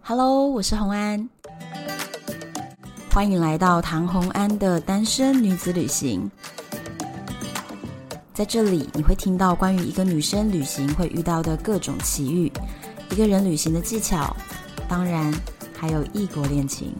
Hello， 我是洪安，欢迎来到唐洪安的单身女子旅行。在这里，你会听到关于一个女生旅行会遇到的各种奇遇，一个人旅行的技巧，当然还有异国恋情。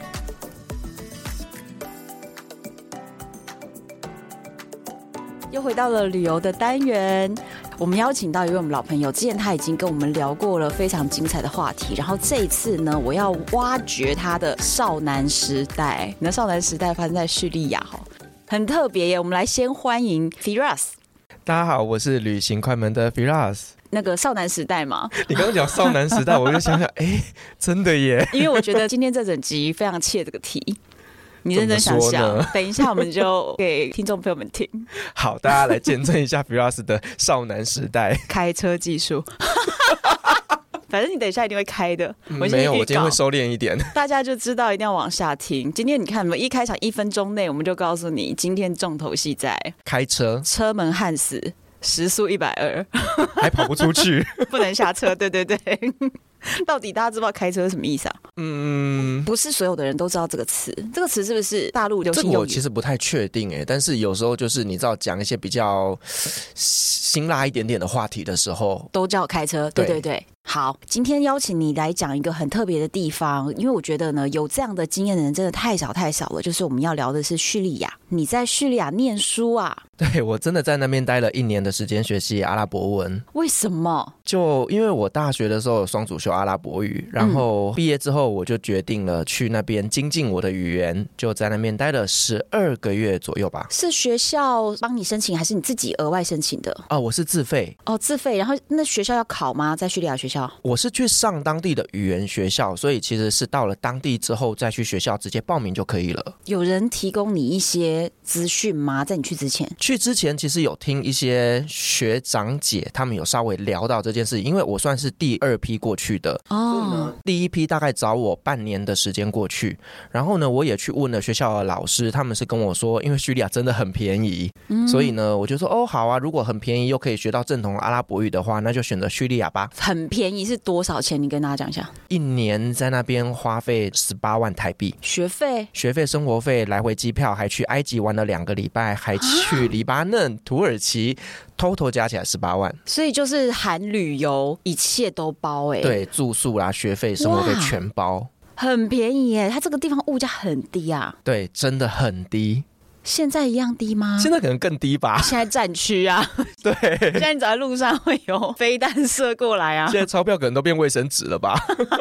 又回到了旅游的单元，我们邀请到一位我们老朋友，之前他已经跟我们聊过了非常精彩的话题，然后这一次呢，我要挖掘他的少男时代。你的少男时代发生在叙利亚，很特别耶。我们来先欢迎 Firas。 大家好，我是旅行快门的 Firas。 那个少男时代嘛， 你刚刚讲少男时代我就想想真的耶， 因为我觉得今天这整集非常切这个题，你认真想想，等一下我们就给听众朋友们听。 好，大家来见证一下 Firas 的少男时代开车技术反正你等一下一定会开的， 没有，我今天会收敛一点， 大家就知道一定要往下听。今天你看，我们一开场1分钟内，我们就告诉你今天重头戏在开车， 车门焊死，时速120， 还跑不出去不能下车。对对对到底大家知道开车是什么意思啊？不是所有的人都知道这个词。这个词是不是大陆流行用语？ 这个我其实不太确定但是有时候就是你知道讲一些比较辛辣一点点的话题的时候， 都叫开车。对对对。好，今天邀请你来讲一个很特别的地方，因为我觉得呢，有这样的经验的人真的太少太少了。就是我们要聊的是叙利亚。你在叙利亚念书啊？ 对，我真的在那边待了1年的时间学习阿拉伯文。 为什么？ 就因为我大学的时候有双主修阿拉伯语，然后毕业之后我就决定了去那边精进我的语言，就在那边待了12个月左右吧。 是学校帮你申请还是你自己额外申请的？ 我是自费。 自费。然后那学校要考吗？在叙利亚学校？ 我是去上当地的语言学校，所以其实是到了当地之后再去学校直接报名就可以了。 有人提供你一些资讯吗？在你去之前？ 去之前其实有听一些学长姐他们有稍微聊到这件事，因为我算是第2批过去的第1批大概找我半年的时间过去，然后呢我也去问了学校的老师，他们是跟我说因为叙利亚真的很便宜，所以呢我就说好啊，如果很便宜又可以学到正统的阿拉伯语的话，那就选择叙利亚吧。 很便宜是多少钱？你跟大家讲一下。 1年在那边花费18万台币，学费、生活费、来回机票，还去埃及玩了2个礼拜，还去黎巴嫩、土耳其，total 加起来18万。 所以就是含旅游一切都包对，住宿啦、学费、生活费全包，很便宜耶。它这个地方物价很低啊。 对，真的很低。 现在一样低吗？ 现在可能更低吧。 现在战区啊对， 现在你走在路上会有飞弹射过来啊。 现在钞票可能都变卫生纸了吧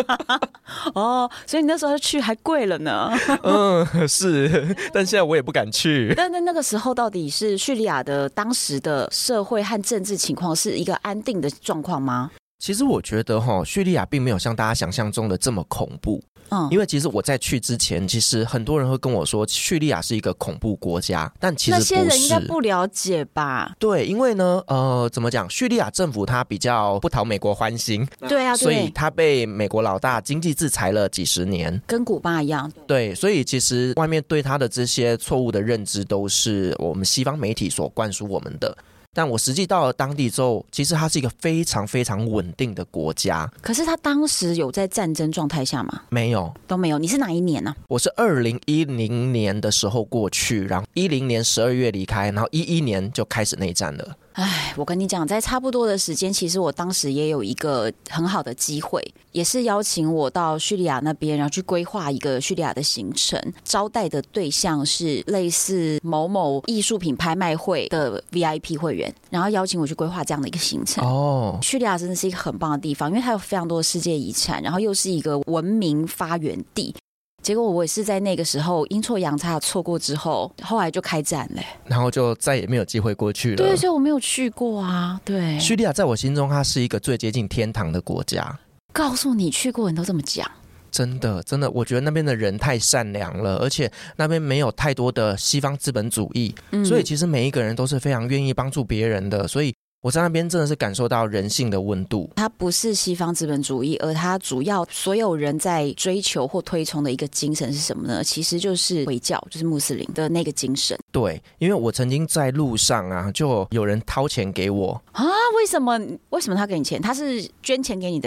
所以你那时候去还贵了呢是，但现在我也不敢去。 但那个时候到底是叙利亚的当时的社会和政治情况是一个安定的状况吗？ 其实我觉得叙利亚并没有像大家想象中的这么恐怖。因为其实我在去之前，其实很多人会跟我说叙利亚是一个恐怖国家，但其实不是。 那些人应该不了解吧？ 对，因为呢怎么讲，叙利亚政府他比较不讨美国欢心。 对啊， 所以他被美国老大经济制裁了几十年， 跟古巴一样。 对，所以其实外面对他的这些错误的认知都是我们西方媒体所灌输我们的。但我实际到了当地之后，其实它是一个非常非常稳定的国家。 可是它当时有在战争状态下吗？ 没有， 都没有。你是哪一年呢？ 我是2010年的时候过去，然后2010年12月离开，然后2011年就开始内战了。 我跟你讲，在差不多的时间，其实我当时也有一个很好的机会，也是邀请我到叙利亚那边，然后去规划一个叙利亚的行程，招待的对象是类似某某艺术品拍卖会的 VIP 会员，然后邀请我去规划这样的一个行程。叙利亚真的是一个很棒的地方，因为它有非常多的世界遗产，然后又是一个文明发源地。结果我也是在那个时候阴错阳差错过之后，后来就开战了， 然后就再也没有机会过去了。 对，所以我没有去过啊。对， 叙利亚在我心中它是一个最接近天堂的国家。 告诉你去过人都这么讲。 真的真的，我觉得那边的人太善良了，而且那边没有太多的西方资本主义，所以其实每一个人都是非常愿意帮助别人的，所以我在那边真的是感受到人性的温度。 它不是西方资本主义，而它主要所有人在追求或推崇的一个精神是什么呢？其实就是回教，就是穆斯林的那个精神。 对，因为我曾经在路上啊，就有人掏钱给我啊？为什么他给你钱？他是捐钱给你的意思？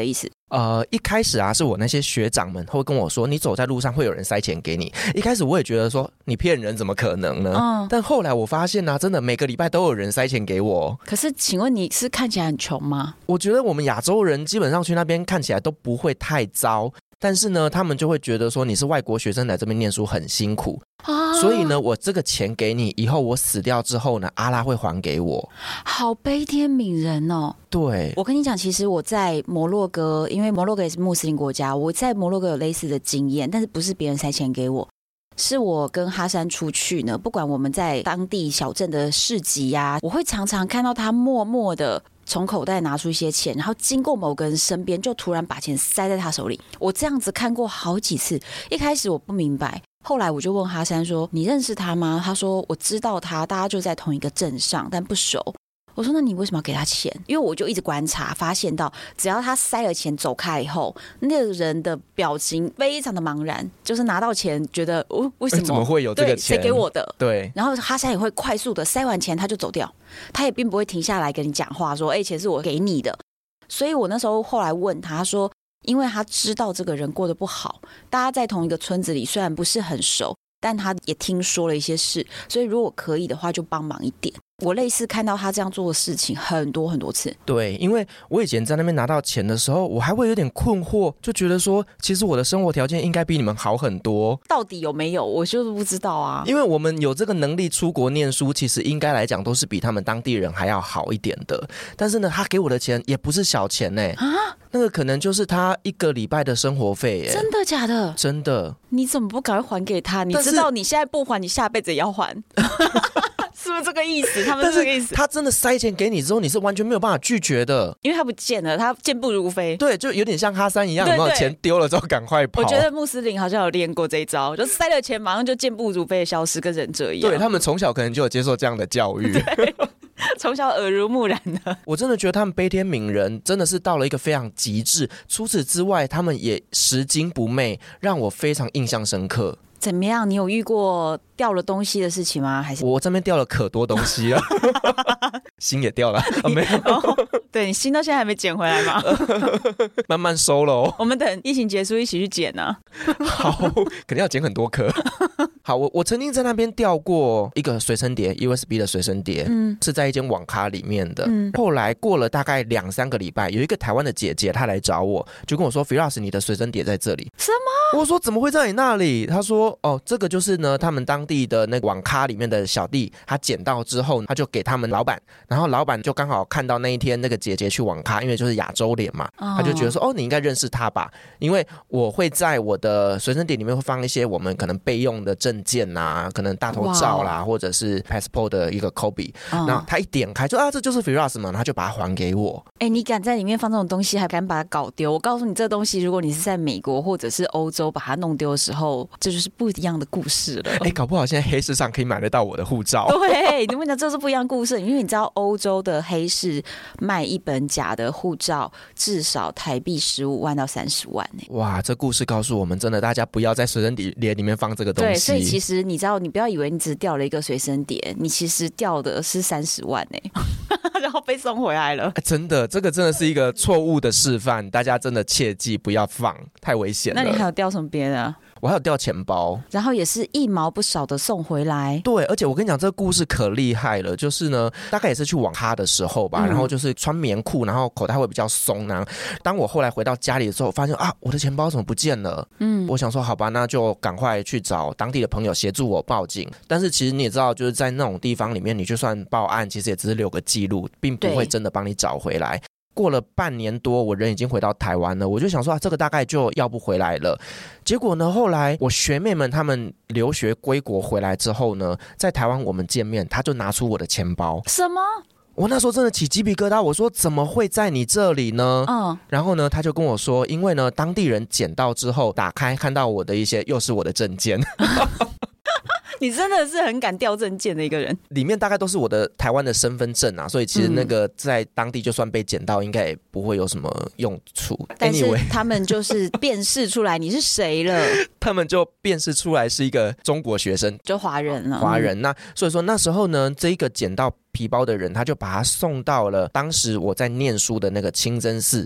一开始啊，是我那些学长们会跟我说，你走在路上会有人塞钱给你。一开始我也觉得说，你骗人怎么可能呢？但后来我发现啊，真的每个礼拜都有人塞钱给我。 可是请问你是看起来很穷吗？ 我觉得我们亚洲人基本上去那边看起来都不会太糟，但是呢，他们就会觉得说你是外国学生来这边念书很辛苦。所以呢，我这个钱给你，以后我死掉之后呢，阿拉会还给我。 好悲天悯人哦。 对， 我跟你讲，其实我在摩洛哥，因为摩洛哥也是穆斯林国家，我在摩洛哥有类似的经验，但是不是别人塞钱给我，是我跟哈山出去呢，不管我们在当地小镇的市集啊，我会常常看到他默默的从口袋拿出一些钱，然后经过某个人身边，就突然把钱塞在他手里。我这样子看过好几次，一开始我不明白，后来我就问哈山说：“你认识他吗？”他说：“我知道他，大家就在同一个镇上，但不熟。”我说：“那你为什么要给他钱？”因为我就一直观察，发现到只要他塞了钱走开以后，那个人的表情非常的茫然，就是拿到钱觉得为什么怎么会有这个钱？ 谁给我的？ 对。 然后哈山也会快速的塞完钱他就走掉，他也并不会停下来跟你讲话说：“钱是我给你的。”所以我那时候后来问他说，因为他知道这个人过得不好，大家在同一个村子里虽然不是很熟，但他也听说了一些事，所以如果可以的话就帮忙一点。我类似看到他这样做的事情很多很多次。 对，因为我以前在那边拿到钱的时候，我还会有点困惑，就觉得说其实我的生活条件应该比你们好很多， 到底有没有我就是不知道啊。 因为我们有这个能力出国念书，其实应该来讲都是比他们当地人还要好一点的。但是呢，他给我的钱也不是小钱呢。那个可能就是他一个礼拜的生活费耶。 真的假的？ 真的。 你怎么不赶快还给他？你知道你现在不还，你下辈子也要还。是不是这个意思？他们是这个意思。 他真的塞钱给你之后，你是完全没有办法拒绝的， 因为他不见了，他健步如飞。 对，就有点像哈山一样，有没有钱丢了之后赶快跑。 我觉得穆斯林好像有练过这一招，就塞了钱马上就健步如飞的消失，跟忍者一样。 对，他们从小可能就有接受这样的教育， 从小耳濡目染的。 我真的觉得他们悲天悯人，真的是到了一个非常极致。除此之外，他们也拾金不昧，让我非常印象深刻。 怎么样？你有遇过掉了东西的事情吗？还是我这边掉了可多东西了，心也掉了，没有。 对，你心到现在还没捡回来吗？ 慢慢收了哦。 我们等疫情结束一起去捡啊。 好，肯定要捡很多颗。好，我曾经在那边掉过一个随身碟 USB 的随身碟，是在一间网咖里面的。后来过了大概2-3个礼拜，有一个台湾的姐姐她来找我，就跟我说 Firas 你的随身碟在这里。 什么？ 我说怎么会在你那里？她说这个就是呢他们当地的那个网咖里面的小弟，他捡到之后他就给他们老板，然后老板就刚好看到那一天那个姐姐去网咖，因为就是亚洲脸嘛，他就觉得说你应该认识他吧，因为我会在我的随身碟里面会放一些我们可能备用的证件啊，可能大头照啦，或者是 passport 的一个 copy，那他一点开就这就是 Firas 嘛，他就把它还给我。 你敢在里面放这种东西还敢把它搞丢？我告诉你，这东西如果你是在美国或者是欧洲把它弄丢的时候，这就是不一样的故事了。 搞不好现在黑市上可以买得到我的护照。 对，你们讲这是不一样的故事，因为你知道欧洲的黑市卖一本假的护照至少台币15万到30万。 哇，这故事告诉我们，真的大家不要在随身碟里面放这个东西。 对，所以其实你知道，你不要以为你只掉了一个随身碟，你其实掉的是30万然后被送回来了。 真的，这个真的是一个错误的示范，大家真的切记不要放，太危险了。 那你还有掉什么别的？ 我还有掉钱包， 然后也是一毛不少的送回来。 对，而且我跟你讲，这个故事可厉害了，就是呢，大概也是去网咖的时候吧，然后就是穿棉裤，然后口袋会比较松呢。当我后来回到家里的时候，发现我的钱包怎么不见了？我想说好吧，那就赶快去找当地的朋友协助我报警。但是其实你也知道，就是在那种地方里面，你就算报案，其实也只是留个记录，并不会真的帮你找回来。过了半年多，我人已经回到台湾了，我就想说这个大概就要不回来了。结果呢，后来我学妹们他们留学归国回来之后呢，在台湾我们见面，他就拿出我的钱包。 什么？ 我那时候真的起鸡皮疙瘩，我说怎么会在你这里呢？然后呢，他就跟我说，因为呢，当地人捡到之后打开看到我的一些，又是我的证件。 你真的是很敢掉证件的一个人， 里面大概都是我的台湾的身份证啊，所以其实那个在当地就算被捡到，应该也不会有什么用处。 但是他们就是辨识出来你是谁了， 他们就辨识出来是一个中国学生， 就华人了。 华人，那所以说那时候呢，这一个捡到皮包的人，他就把他送到了当时我在念书的那个清真寺。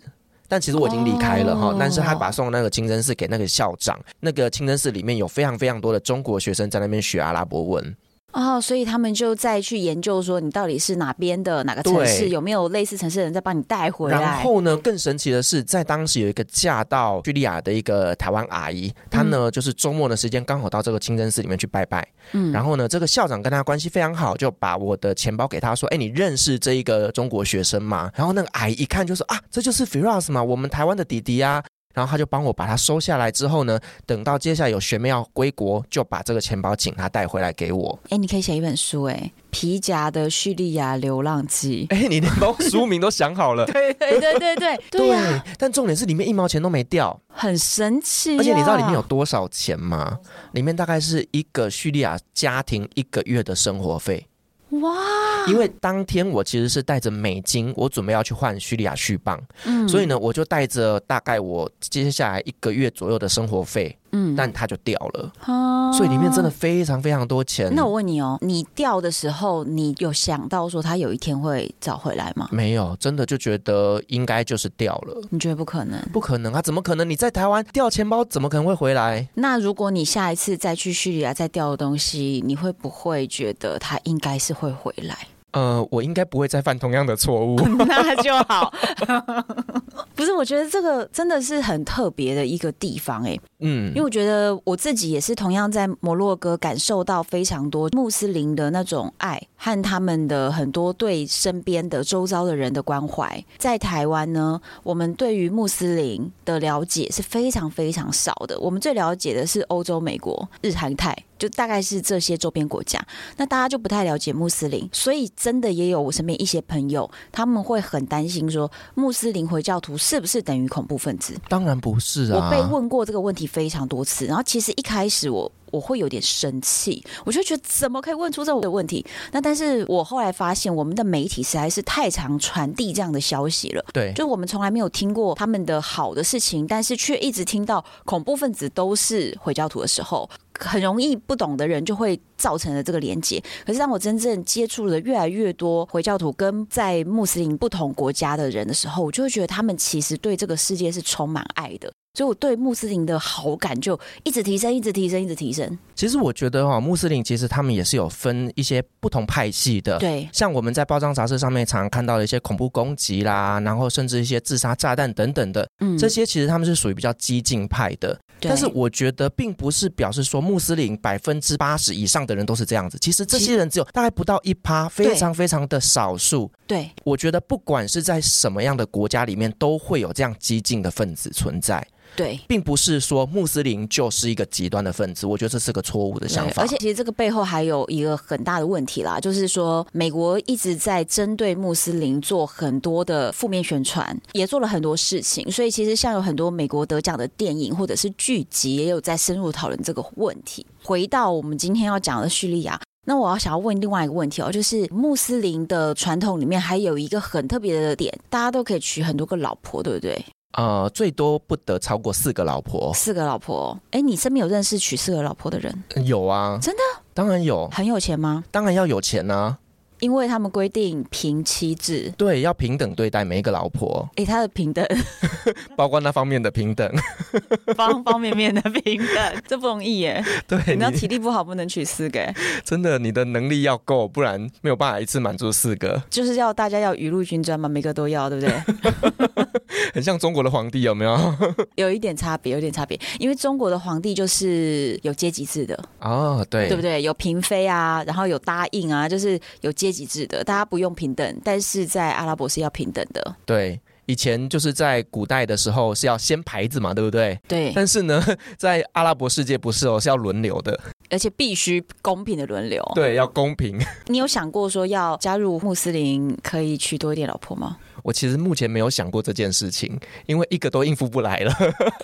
但其实我已经离开了哈，但是他把送那个清真寺给那个校长，那个清真寺里面有非常非常多的中国学生在那边学阿拉伯文。 所以他们就再去研究说你到底是哪边的哪个城市，有没有类似城市的人再帮你带回来。 然后呢，更神奇的是，在当时有一个嫁到叙利亚的一个台湾阿姨，她呢就是周末的时间刚好到这个清真寺里面去拜拜。然后呢，这个校长跟她关系非常好，就把我的钱包给她说：“你认识这一个中国学生吗？”然后那个阿姨一看就说：“啊，这就是 Firas 嘛，我们台湾的弟弟啊。”然后他就帮我把它收下来之后呢，等到接下来有学妹要归国，就把这个钱包请他带回来给我。 你可以写一本书皮夹的叙利亚流浪记。 你连包书名都想好了。 对， 但重点是里面1毛钱都没掉， 很神奇。 而且你知道里面有多少钱吗？里面大概是一个叙利亚家庭1个月的生活费。 哇！ 因为当天我其实是带着美金，我准备要去换叙利亚续镑，所以呢，我就带着大概我接下来1个月左右的生活费，但它就掉了，所以里面真的非常非常多钱。 那我问你你掉的时候，你有想到说它有一天会找回来吗？ 没有，真的就觉得应该就是掉了。 你觉得不可能？ 不可能啊，怎么可能？你在台湾掉钱包，怎么可能会回来？ 那如果你下一次再去叙利亚再掉的东西，你会不会觉得它应该是会回来？ 我应该不会再犯同样的错误。 那就好。不是，我觉得这个真的是很特别的一个地方因为我觉得我自己也是同样在摩洛哥感受到非常多穆斯林的那种爱和他们的很多对身边的周遭的人的关怀。在台湾呢，我们对于穆斯林的了解是非常非常少的，我们最了解的是欧洲、美国、日韩泰，就大概是这些周边国家，那大家就不太了解穆斯林，所以真的也有我身边一些朋友，他们会很担心说穆斯林回教徒是不是等于恐怖分子？ 当然不是啊， 我被问过这个问题非常多次，然后其实一开始我会有点生气，我就觉得怎么可以问出这个问题？那但是我后来发现，我们的媒体实在是太常传递这样的消息了。 对， 就我们从来没有听过他们的好的事情，但是却一直听到恐怖分子都是回教徒的时候，很容易不懂的人就会造成了这个连结。可是当我真正接触了越来越多回教徒跟在穆斯林不同国家的人的时候，我就会觉得他们其实对这个世界是充满爱的。所以我对穆斯林的好感就一直提升，一直提升，一直提升。 其实我觉得穆斯林其实他们也是有分一些不同派系的。 对， 像我们在报章杂志上面常常看到的一些恐怖攻击啦，然后甚至一些自杀炸弹等等的，这些其实他们是属于比较激进派的。但是我觉得并不是表示说穆斯林80%以上的人都是这样子，其实这些人只有大概不到1%，非常非常的少数。 对， 我觉得不管是在什么样的国家里面，都会有这样激进的分子存在。 对， 并不是说穆斯林就是一个极端的分子，我觉得这是个错误的想法。 而且其实这个背后还有一个很大的问题啦，就是说美国一直在针对穆斯林做很多的负面宣传，也做了很多事情，所以其实像有很多美国得奖的电影或者是剧集也有在深入讨论这个问题。回到我们今天要讲的叙利亚，那我想要问另外一个问题就是穆斯林的传统里面还有一个很特别的点，大家都可以娶很多个老婆，对不对？ 最多不得超过4个老婆。 4个老婆？你身边有认识娶4个老婆的人？ 有啊。真的？当然有。 很有钱吗？ 当然要有钱啊， 因为他们规定平妻制。 对，要平等对待每一个老婆。 他的平等包括那方面的平等方方面面的平等，这不容易耶。 对， 你要体力不好不能娶4个真的，你的能力要够，不然没有办法一次满足4个。 就是要大家要雨露均沾嘛，每个都要，对不对？ 很像中国的皇帝，有没有？ 有一点差别，有点差别，因为中国的皇帝就是有阶级制的对， 对不对？有嫔妃啊，然后有答应啊，就是有阶级制的，大家不用平等，但是在阿拉伯是要平等的。 对，以前就是在古代的时候是要掀牌子嘛，对不对？ 对。 但是呢，在阿拉伯世界不是是要轮流的， 而且必须公平的轮流。 对，要公平。 你有想过说要加入穆斯林可以娶多一点老婆吗？ 我其实目前没有想过这件事情，因为1个都应付不来了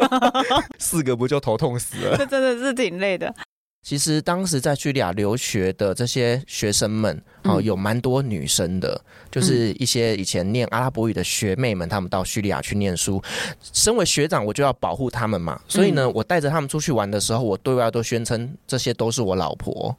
4个不就头痛死了？ 这真的是挺累的。 其实当时在叙利亚留学的这些学生们，有蛮多女生的，就是一些以前念阿拉伯语的学妹们，他们到叙利亚去念书。身为学长，我就要保护他们嘛，所以呢，我带着他们出去玩的时候，我对外都宣称这些都是我老婆。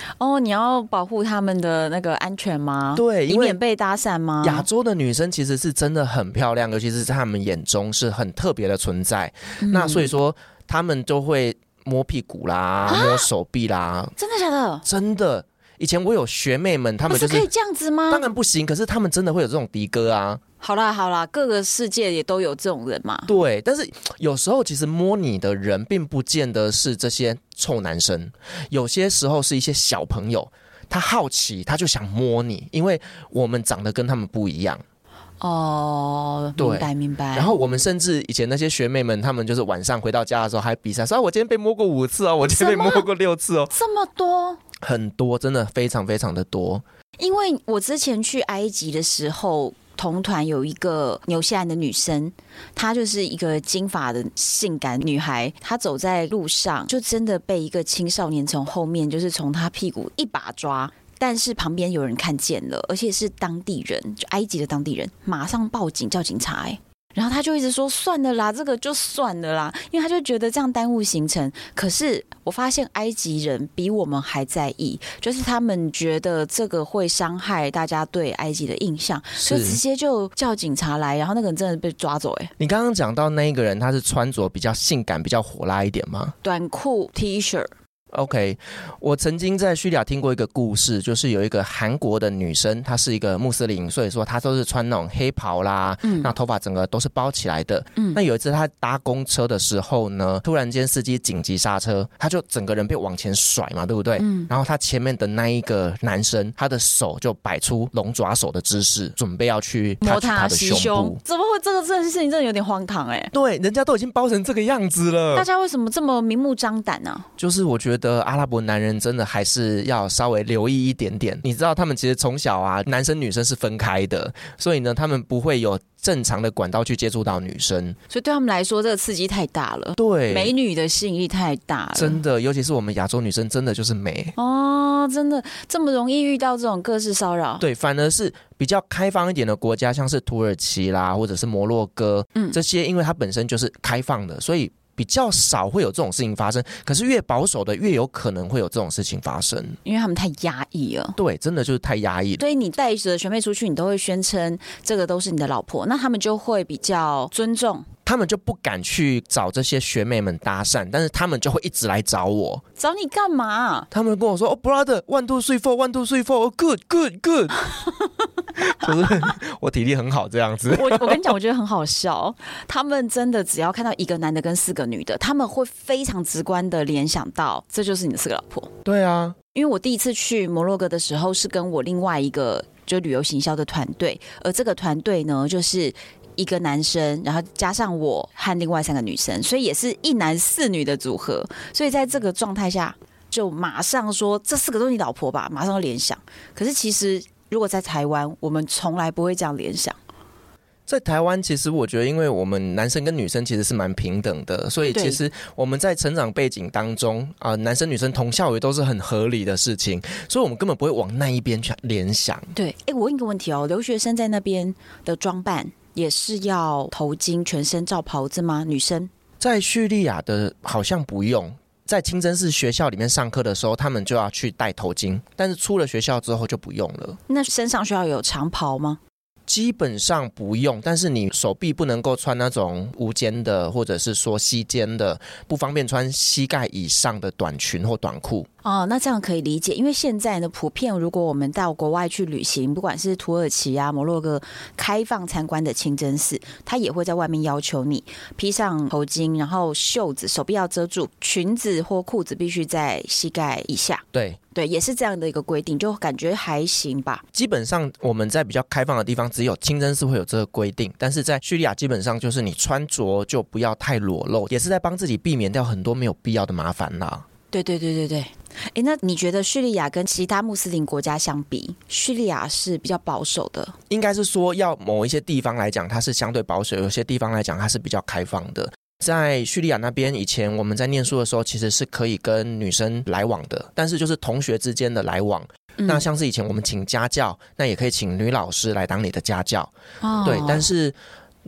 哦，你要保护他们的那个安全吗？ 对， 以免被搭讪吗？ 亚洲的女生其实是真的很漂亮，尤其是在他们眼中是很特别的存在。那所以说他们就会摸屁股啦，摸手臂啦。 真的假的？ 真的。以前我有学妹们，他们就是可以这样子吗？ 当然不行，可是他们真的会有这种的哥啊。 好啦，各个世界也都有这种人嘛。 对，但是有时候其实摸你的人并不见得是这些臭男生，有些时候是一些小朋友，他好奇，他就想摸你，因为我们长得跟他们不一样。 哦，明白。 然后我们甚至以前那些学妹们，她们就是晚上回到家的时候还比赛，说我今天被摸过5次哦，我今天被摸过6次哦， 这么多， 很多，真的非常非常的多。 因为我之前去埃及的时候，同团有一个纽西兰的女生，她就是一个金发的性感女孩，她走在路上就真的被一个青少年从后面就是从她屁股一把抓。但是旁边有人看见了，而且是当地人，就埃及的当地人，马上报警叫警察。然后他就一直说算了啦，这个就算了啦，因为他就觉得这样耽误行程。可是我发现埃及人比我们还在意，就是他们觉得这个会伤害大家对埃及的印象，所以直接就叫警察来，然后那个人真的被抓走。 你刚刚讲到那一个人，他是穿着比较性感、比较火辣一点吗？ 短裤 T 恤。 OK， 我曾经在叙利亚听过一个故事，就是有一个韩国的女生，她是一个穆斯林，所以说她都是穿那种黑袍啦，那头发整个都是包起来的。那有一次她搭公车的时候呢，突然间司机紧急刹车，她就整个人被往前甩嘛，对不对？然后她前面的那一个男生，他的手就摆出龙爪手的姿势，准备要去摸他的胸部。 怎么会这个事情真的有点荒唐对，人家都已经包成这个样子了， 大家为什么这么明目张胆呢？ 就是我觉得阿拉伯男人真的还是要稍微留意一点点。你知道他们其实从小啊，男生女生是分开的，所以呢，他们不会有正常的管道去接触到女生， 所以对他们来说，这个刺激太大了。 对， 美女的吸引力太大了， 真的，尤其是我们亚洲女生，真的就是美哦，真的这么容易遇到这种各式骚扰？ 对，反而是比较开放一点的国家，像是土耳其啦，或者是摩洛哥，这些因为它本身就是开放的，所以比较少会有这种事情发生。可是越保守的越有可能会有这种事情发生， 因为他们太压抑了。 对，真的就是太压抑了。 所以你带着学妹出去，你都会宣称这个都是你的老婆，那他们就会比较尊重， 他们就不敢去找这些学妹们搭讪，但是他们就会一直来找我。 找你干嘛？ 他们跟我说：“哦 ，brother， 1 2 3 4 1 2 3 4 good。”就是我体力很好这样子。 我跟你讲，我觉得很好笑。他们真的只要看到一个男的跟4个女的，他们会非常直观的联想到这就是你的4个老婆。 对啊， 因为我第一次去摩洛哥的时候是跟我另外一个就旅游行销的团队，而这个团队呢就是一个男生，然后加上我和另外3个女生，所以也是1男4女的组合。所以在这个状态下，就马上说这4个都是你老婆吧，马上就联想。可是其实如果在台湾，我们从来不会这样联想。 在台湾，其实我觉得，因为我们男生跟女生其实是蛮平等的，所以其实我们在成长背景当中男生女生同校也都是很合理的事情，所以我们根本不会往那一边去联想。 对，我问一个问题哦，留学生在那边的装扮也是要头巾、全身罩袍子吗？女生在叙利亚的好像不用。在清真寺学校里面上课的时候，他们就要去戴头巾，但是出了学校之后就不用了。 那身上需要有长袍吗？ 基本上不用，但是你手臂不能够穿那种无肩的，或者是说膝肩的，不方便穿膝盖以上的短裙或短裤。 哦，那这样可以理解，因为现在呢，普遍如果我们到国外去旅行，不管是土耳其啊、摩洛哥开放参观的清真寺，他也会在外面要求你披上头巾，然后袖子手臂要遮住，裙子或裤子必须在膝盖以下。对，也是这样的一个规定，就感觉还行吧。 基本上我们在比较开放的地方，只有清真寺会有这个规定，但是在叙利亚基本上就是你穿着就不要太裸露，也是在帮自己避免掉很多没有必要的麻烦啦。 对。那你觉得叙利亚跟其他穆斯林国家相比，叙利亚是比较保守的？ 应该是说，要某一些地方来讲，它是相对保守；有些地方来讲，它是比较开放的。在叙利亚那边，以前我们在念书的时候，其实是可以跟女生来往的，但是就是同学之间的来往。那像是以前我们请家教，那也可以请女老师来当你的家教。对，但是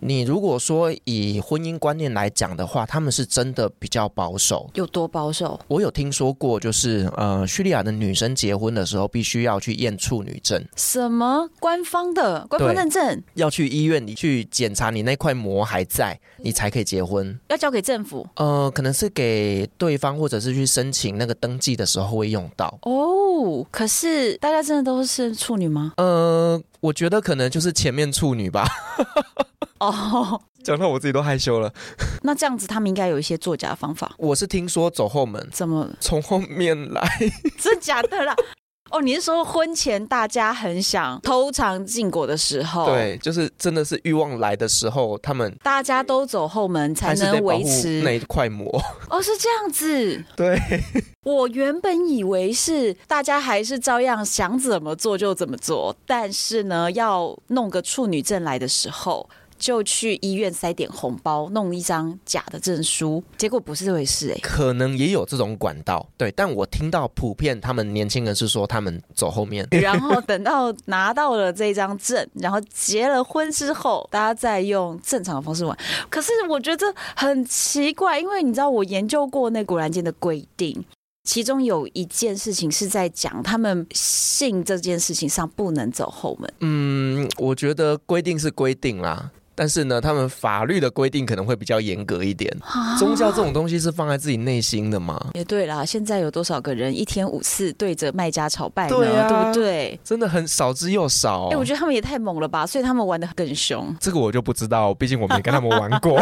你如果说以婚姻观念来讲的话，他们是真的比较保守。 有多保守？ 我有听说过，就是叙利亚的女生结婚的时候必须要去验处女证。 什么官方认证？ 要去医院里去检查你那块膜还在，你才可以结婚。 要交给政府？ 可能是给对方，或者是去申请那个登记的时候会用到。 哦，可是大家真的都是处女吗？ 我觉得可能就是前面处女吧。 哦， 讲到我自己都害羞了。 那这样子他们应该有一些作假的方法。 我是听说走后门。 怎么？ 从后面来。 真假的啦？哦，你是说婚前大家很想偷尝禁果的时候？ 对，就是真的是欲望来的时候，他们大家都走后门才能维持那一块膜。 哦，是这样子。 对， 我原本以为是大家还是照样想怎么做就怎么做，但是呢，要弄个处女证来的时候，就去医院塞点红包，弄一张假的证书，结果不是这回事。 可能也有这种管道，对，但我听到普遍他们年轻人是说他们走后面， 然后等到拿到了这张证，然后结了婚之后，大家再用正常的方式玩。可是我觉得很奇怪，因为你知道我研究过那古兰经的规定，其中有一件事情是在讲他们性这件事情上不能走后门。 我觉得规定是规定啦，但是呢，他们法律的规定可能会比较严格一点。宗教这种东西是放在自己内心的嘛？ 也对啦，现在有多少个人一天5次对着卖家朝拜呢？ 对啊， 对不对？ 真的很少之又少。 我觉得他们也太猛了吧，所以他们玩得更凶。 这个我就不知道，毕竟我没跟他们玩过。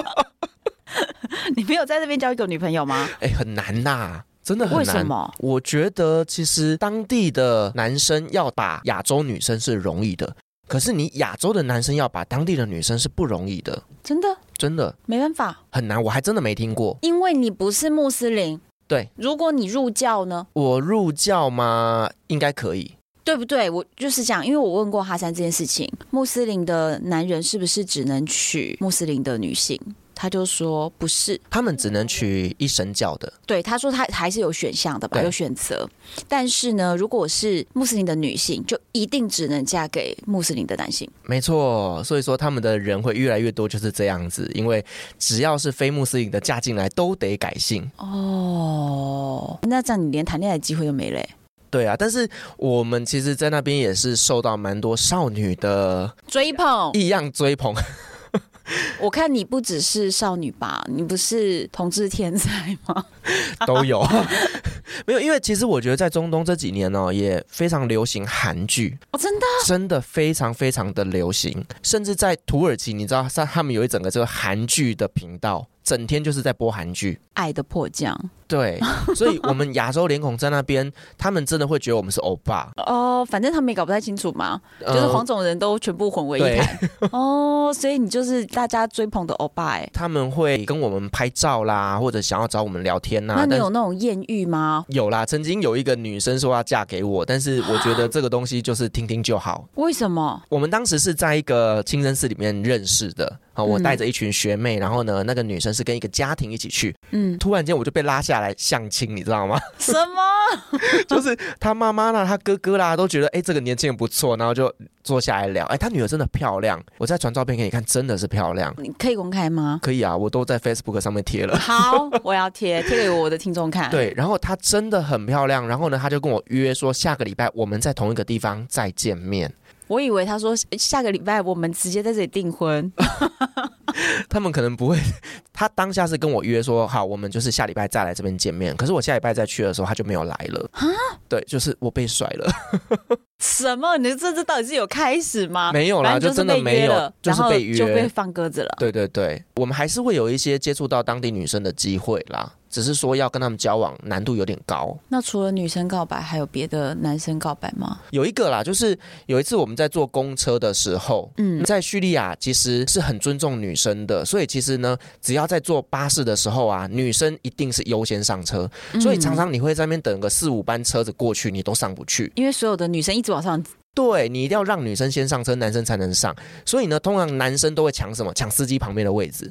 你没有在这边交一个女朋友吗？ 很难呐。真的很难。 为什么？ 我觉得其实当地的男生要把亚洲女生是容易的，可是你亚洲的男生要把当地的女生是不容易的。真的没办法， 很难，我还真的没听过。 因为你不是穆斯林。 对， 如果你入教呢？ 我入教吗？应该可以， 对不对？我就是讲，因为我问过哈山这件事情，穆斯林的男人是不是只能娶穆斯林的女性？他就说不是， 他们只能娶一神教的。 对，他说他还是有选项的吧，有选择。但是呢，如果是穆斯林的女性，就一定只能嫁给穆斯林的男性。 没错，所以说他们的人会越来越多，就是这样子。因为只要是非穆斯林的嫁进来，都得改姓。 哦，那这样你连谈恋爱的机会都没了。 对啊，但是我们其实在那边也是受到蛮多少女的追捧， 异样追捧。 我看你不只是少女吧，你不是同志天才吗？ 都有。没有，因为其实我觉得在中东这几年也非常流行韩剧。 真的？ 真的非常非常的流行，甚至在土耳其，你知道他们有一整个这个韩剧的频道，整天就是在播韩剧。 爱的迫降。 对，所以我们亚洲脸孔在那边，他们真的会觉得我们是欧巴。 反正他们也搞不太清楚嘛，就是黄种人都全部混为一谈。所以你就是大家追捧的欧巴。 他们会跟我们拍照啦，或者想要找我们聊天啦。 那你有那种艳遇吗？ 有啦，曾经有一个女生说要嫁给我，但是我觉得这个东西就是听听就好。 为什么？ 我们当时是在一个清真寺里面认识的。我带着一群学妹，然后呢，那个女生是跟一个家庭一起去。突然间我就被拉下来相亲，你知道吗？ 什么？ 就是他妈妈啦，他哥哥啦，都觉得这个年轻人不错，然后就坐下来聊。他女儿真的漂亮，我再传照片给你看，真的是漂亮。 你可以公开吗？ 可以啊，我都在 Facebook 上面贴了。 好，我要贴给我的听众看。 对，然后她真的很漂亮，然后呢，她就跟我约说下个礼拜我们在同一个地方再见面。 我以为他说下个礼拜我们直接在这里订婚。 他们可能不会，他当下是跟我约说好，我们就是下礼拜再来这边见面。可是我下礼拜再去的时候，他就没有来了。对，就是我被甩了。 什么？你这到底是有开始吗？ 没有啦，就真的没有，就是被约， 就被放鸽子了。 对对对，我们还是会有一些接触到当地女生的机会啦，只是说要跟他们交往难度有点高。 那除了女生告白，还有别的男生告白吗？ 有一个啦，就是有一次我们在坐公车的时候，在叙利亚其实是很尊重女生的，所以其实呢，只要在坐巴士的时候啊，女生一定是优先上车，所以常常你会在那边等个4-5班车子过去，你都上不去， 因为所有的女生一直往上。 对，你一定要让女生先上车，男生才能上。所以呢，通常男生都会抢什么？抢司机旁边的位置。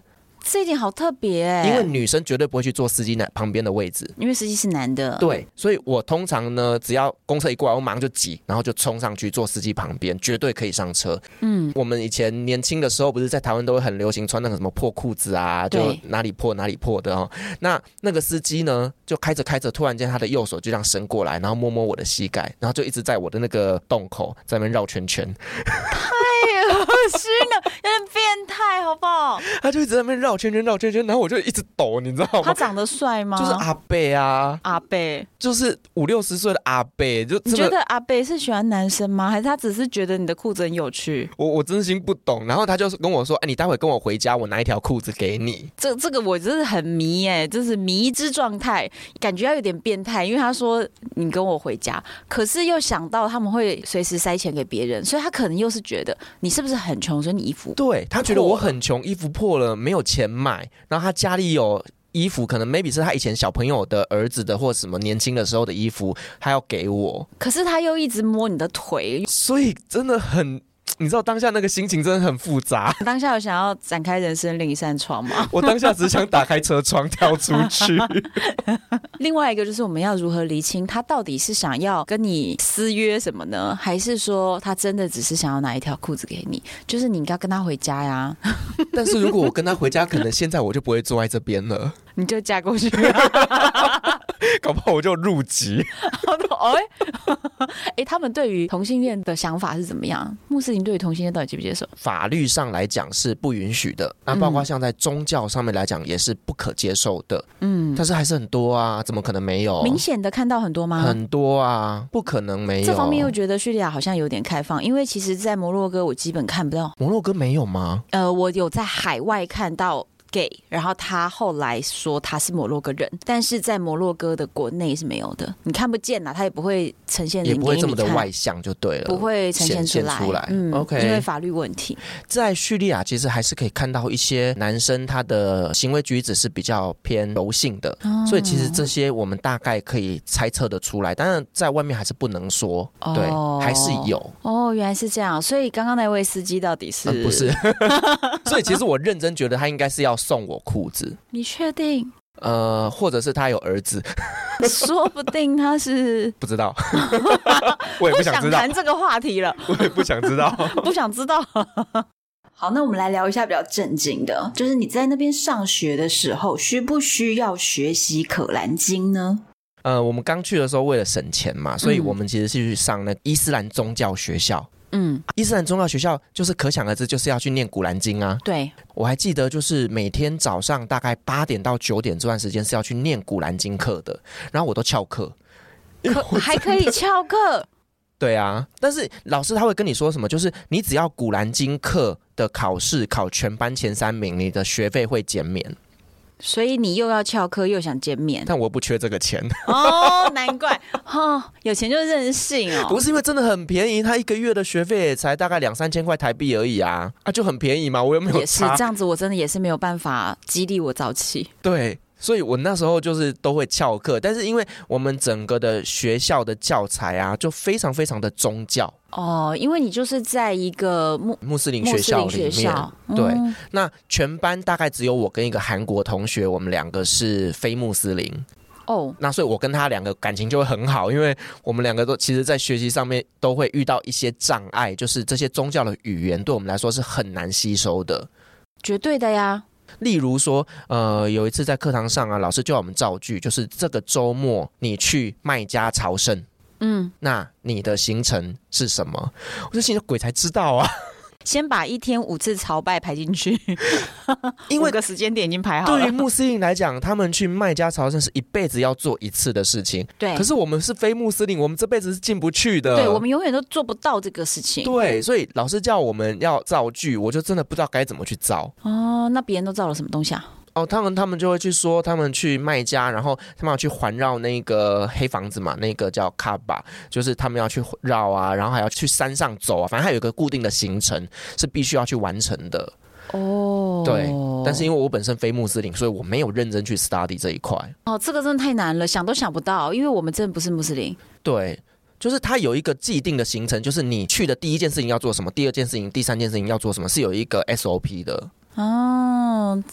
这一点好特别因为女生绝对不会去坐司机旁边的位置， 因为司机是男的。 对，所以我通常呢，只要公车一过来，我马上就挤，然后就冲上去坐司机旁边，绝对可以上车。我们以前年轻的时候，不是在台湾都会很流行穿那个什么破裤子啊，就哪里破哪里破的哦。那个司机呢，就开着开着，突然间他的右手就这样伸过来，然后摸摸我的膝盖，然后就一直在我的那个洞口在那边绕圈圈。 太恶心了，有点变态，好不好？ 他就一直在那边绕圈圈，绕圈圈，然后我就一直抖，你知道吗？ 他长得帅吗？ 就是阿伯啊， 阿伯就是50-60岁的阿伯。 你觉得阿伯是喜欢男生吗？还是他只是觉得你的裤子很有趣？ 我真心不懂。然后他就跟我说：“哎，你待会跟我回家，我拿一条裤子给你。” 这个我真的很迷就是迷之状态，感觉要有点变态。因为他说你跟我回家，可是又想到他们会随时塞钱给别人，所以他可能又是觉得你是不是很穷，所以你衣服对他觉得我很穷，衣服破了没有钱买，然后他家里有衣服，可能 maybe 是他以前小朋友的儿子的或什么年轻的时候的衣服，他要给我， 可是他又一直摸你的腿， 所以真的很。你知道当下那个心情真的很复杂。 当下有想要展开人生另一扇窗吗？ 我当下只想打开车窗跳出去。 另外一个就是我们要如何厘清他到底是想要跟你私约什么呢，还是说他真的只是想要拿一条裤子给你？就是你应该跟他回家呀。 但是如果我跟他回家，可能现在我就不会坐在这边了。 你就嫁过去。 搞不好我就入籍。 他们对于同性恋的想法是怎么样？穆斯林对于同性恋到底接不接受？ 法律上来讲是不允许的，那包括像在宗教上面来讲也是不可接受的。但是还是很多啊，怎么可能没有？ 明显的看到很多吗？ 很多啊，不可能没有。 这方面又觉得叙利亚好像有点开放，因为其实在摩洛哥我基本看不到。 摩洛哥没有吗？ 我有在海外看到gay， 然后他后来说他是摩洛哥人，但是在摩洛哥的国内是没有的，你看不见啦，他也不会呈现给你看， 也不会这么的外向就对了， 不会呈现出来。 OK， 因为法律问题。 在叙利亚其实还是可以看到一些男生他的行为举止是比较偏柔性的，所以其实这些我们大概可以猜测的出来，当然在外面还是不能说。对，还是有。 原来是这样，所以刚刚那位司机到底是不是？所以其实我认真觉得他应该是要送我裤子。 你确定？ 或者是他有儿子。 说不定他是不知道。我也不想知道， 不想谈这个话题了。 我也不想知道。 不想知道。好，那我们来聊一下比较正经的，就是你在那边上学的时候需不需要学习可兰经呢？ 我们刚去的时候为了省钱嘛，所以我们其实是去上那伊斯兰宗教学校。伊斯兰宗教学校就是可想而知就是要去念古兰经啊。 对， 我还记得就是每天早上大概8点到9点这段时间是要去念古兰经课的，然后我都翘课。 还可以翘课？ 对啊，但是老师他会跟你说什么，就是你只要古兰经课的考试考全班前3名，你的学费会减免。 所以你又要翘课又想减免， 但我不缺这个钱。 难怪有钱就任性哦。 不是因为真的很便宜，他1个月的学费也才大概2-3千块台币而已啊，就很便宜嘛，我又没有差。 也是这样子，我真的也是没有办法激励我早起。 对，所以我那时候就是都会翘课，但是因为我们整个的学校的教材啊，就非常非常的宗教。 因为你就是在一个穆斯林学校里面，对，那全班大概只有我跟一个韩国同学，我们2个是非穆斯林。那所以我跟他2个感情就会很好，因为我们2个都其实在学习上面都会遇到一些障碍，就是这些宗教的语言对我们来说是很难吸收的。 绝对的呀。 例如说有一次在课堂上啊，老师就要我们造句，就是这个周末你去麦加朝圣，那你的行程是什么？我就心想鬼才知道啊。 先把1天5次朝拜排进去。因为5个时间点已经排好了。 对于穆斯林来讲，他们去麦加朝圣是一辈子要做1次的事情。 对， 可是我们是非穆斯林，我们这辈子是进不去的。 对，我们永远都做不到这个事情。 对，所以老师叫我们要造句，我就真的不知道该怎么去造。 那别人都造了什么东西啊？ 他们就会去说他们去麦加，然后他们要去环绕那个黑房子嘛，那个叫卡巴，就是他们要去绕啊，然后还要去山上走啊，反正还有一个固定的行程是必须要去完成的。对，但是因为我本身非穆斯林，所以我没有认真去 study 这一块。 这个真的太难了，想都想不到，因为我们真的不是穆斯林。 对，就是它有一个既定的行程，就是你去的第1件事情要做什么，第2件事情、第3件事情要做什么，是有一个 SOP 的。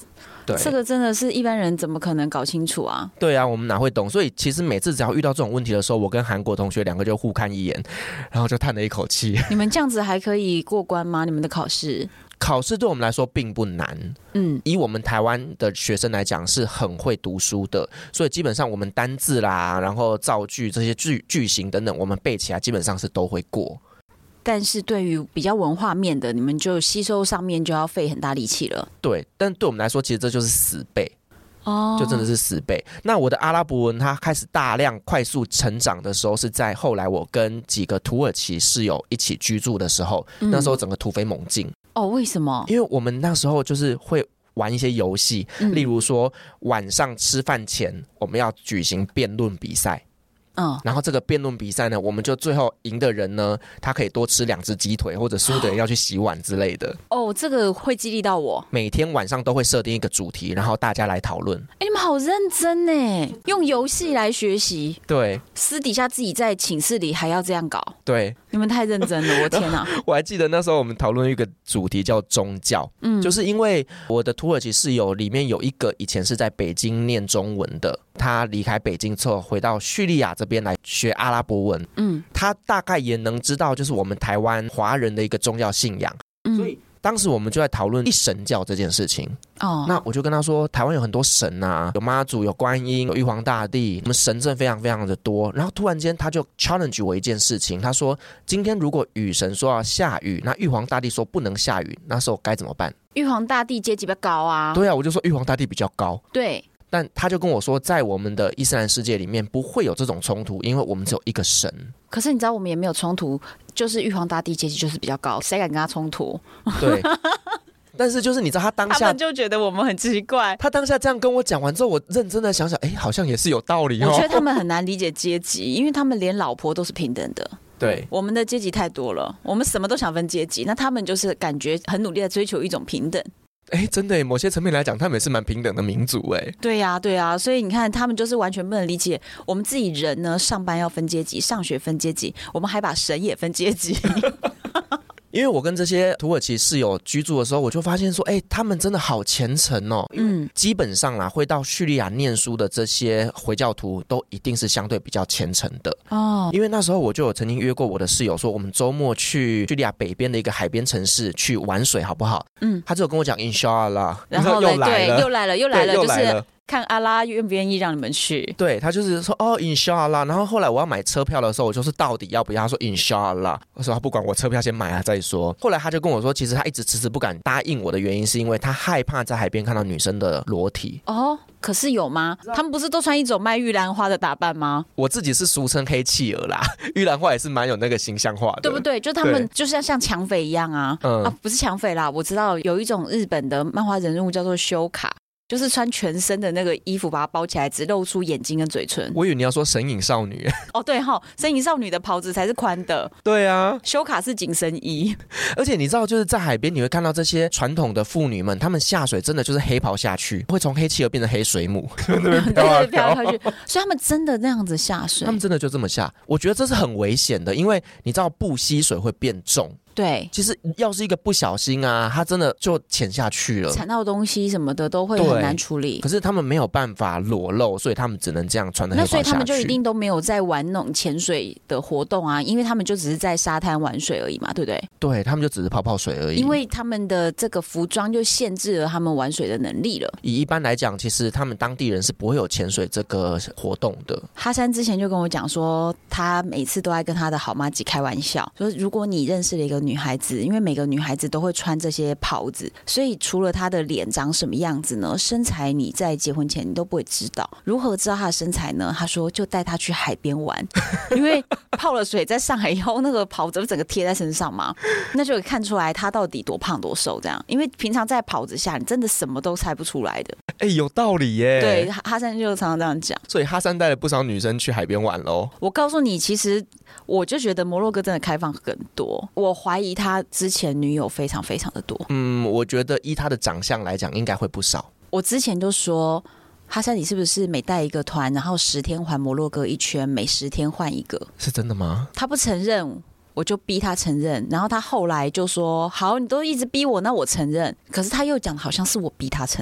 对， 这个真的是一般人怎么可能搞清楚啊？ 对啊，我们哪会懂？所以其实每次只要遇到这种问题的时候，我跟韩国同学两个就互看一眼，然后就叹了一口气。 你们这样子还可以过关吗？你们的考试？ 考试对我们来说并不难，以我们台湾的学生来讲是很会读书的，所以基本上我们单字啦，然后造句这些句型等等，我们背起来基本上是都会过。 但是对于比较文化面的，你们就吸收上面就要费很大力气了。 对，但对我们来说，其实这就是死背。 就真的是死背。那我的阿拉伯文它开始大量快速成长的时候，是在后来我跟几个土耳其室友一起居住的时候，那时候整个突飞猛进。 为什么？ 因为我们那时候就是会玩一些游戏，例如说晚上吃饭前我们要举行辩论比赛。然后这个辩论比赛呢，我们就最后赢的人呢，他可以多吃2只鸡腿，或者输的人要去洗碗之类的。 这个会激励到我。 每天晚上都会设定一个主题，然后大家来讨论。 你们好认真耶，用游戏来学习。 对， 私底下自己在寝室里还要这样搞。 对， 你们太认真了，我天哪！ 我还记得那时候我们讨论一个主题叫宗教，就是因为我的土耳其室友里面有一个以前是在北京念中文的，他离开北京之后回到叙利亚这边来学阿拉伯文，他大概也能知道就是我们台湾华人的一个宗教信仰，所以当时我们就在讨论一神教这件事情。那我就跟他说，台湾有很多神啊，有妈祖，有观音，有玉皇大帝，我们神真非常非常的多。然后突然间他就 challenge 我一件事情，他说今天如果雨神说要下雨，那玉皇大帝说不能下雨，那时候该怎么办？ 玉皇大帝阶级比较高啊。 对啊，我就说玉皇大帝比较高。 对。 但他就跟我说，在我们的伊斯兰世界里面不会有这种冲突，因为我们只有一个神。 可是你知道我们也没有冲突，就是玉皇大帝阶级就是比较高，谁敢跟他冲突？ 对。但是就是你知道他当下， 他们就觉得我们很奇怪。 他当下这样跟我讲完之后，我认真的想想，好像也是有道理。 我觉得他们很难理解阶级，因为他们连老婆都是平等的。 对， 我们的阶级太多了，我们什么都想分阶级，那他们就是感觉很努力的追求一种平等。 真的耶，某些层面来讲，他们也是蛮平等的民族哎。 对呀，对呀，所以你看，他们就是完全不能理解我们自己人呢，上班要分阶级，上学分阶级，我们还把神也分阶级。 因为我跟这些土耳其室友居住的时候，我就发现说，他们真的好虔诚哦。基本上啦，会到叙利亚念书的这些回教徒，都一定是相对比较虔诚的哦。因为那时候我就有曾经约过我的室友说，我们周末去叙利亚北边的一个海边城市去玩水，好不好？他就跟我讲 Inshallah， 然后又来了，又来了， 就是。看阿拉愿不愿意让你们去。 对，他就是说Inshallah， 然后后来我要买车票的时候，我就说到底要不要，他说 Inshallah， 我说他不管，我车票先买再说。后来他就跟我说，其实他一直迟迟不敢答应我的原因是因为他害怕在海边看到女生的裸体。 可是有吗？他们不是都穿一种卖玉兰花的打扮吗？ 我自己是俗称黑企鹅啦，玉兰花也是蛮有那个形象化的， 对不对？就他们就是像抢匪一样啊。不是抢匪啦，我知道有一种日本的漫画人物叫做修卡，就是穿全身的那个衣服把它包起来，只露出眼睛跟嘴唇。 我以为你要说神隐少女。 对神隐少女的袍子才是宽的。 对啊， 修卡是紧身衣。 而且你知道就是在海边你会看到这些传统的妇女们，她们下水真的就是黑袍下去，会从黑企鹅变成黑水母。 对，飘下去。所以他们真的那样子下水， 他们真的就这么下。我觉得这是很危险的，因为你知道不吸水会变重。 对， 其实要是一个不小心啊，他真的就潜下去了， 踩到东西什么的都会很难处理。 可是他们没有办法裸露，所以他们只能这样穿的黑袍下去。 那所以他们就一定都没有在玩那种潜水的活动啊，因为他们就只是在沙滩玩水而已嘛，对不对？ 对，他们就只是泡泡水而已。 因为他们的这个服装就限制了他们玩水的能力了。 以一般来讲，其实他们当地人是不会有潜水这个活动的。 哈山之前就跟我讲说，他每次都在跟他的好妈吉开玩笑，说如果你认识了一个女孩子，因为每个女孩子都会穿这些袍子，所以除了她的脸长什么样子呢，身材你在结婚前你都不会知道。如何知道她的身材呢？他说就带她去海边玩，因为泡了水在上海以后，那个袍子整个贴在身上嘛，那就可以看出来她到底多胖多瘦这样。因为平常在袍子下，你真的什么都猜不出来的。 有道理耶。 对，哈山就常常这样讲。 所以哈山带了不少女生去海边玩咯。 我告诉你，其实我就觉得摩洛哥真的开放很多，我怀疑他之前女友非常非常的多。 我觉得依他的长相来讲应该会不少。 我之前就说哈山你是不是每带一个团然后10天环摩洛哥一圈，每10天换一个？ 是真的吗？ 他不承认，我就逼他承认，然后他后来就说好，你都一直逼我，那我承认。可是他又讲好像是我逼他承认，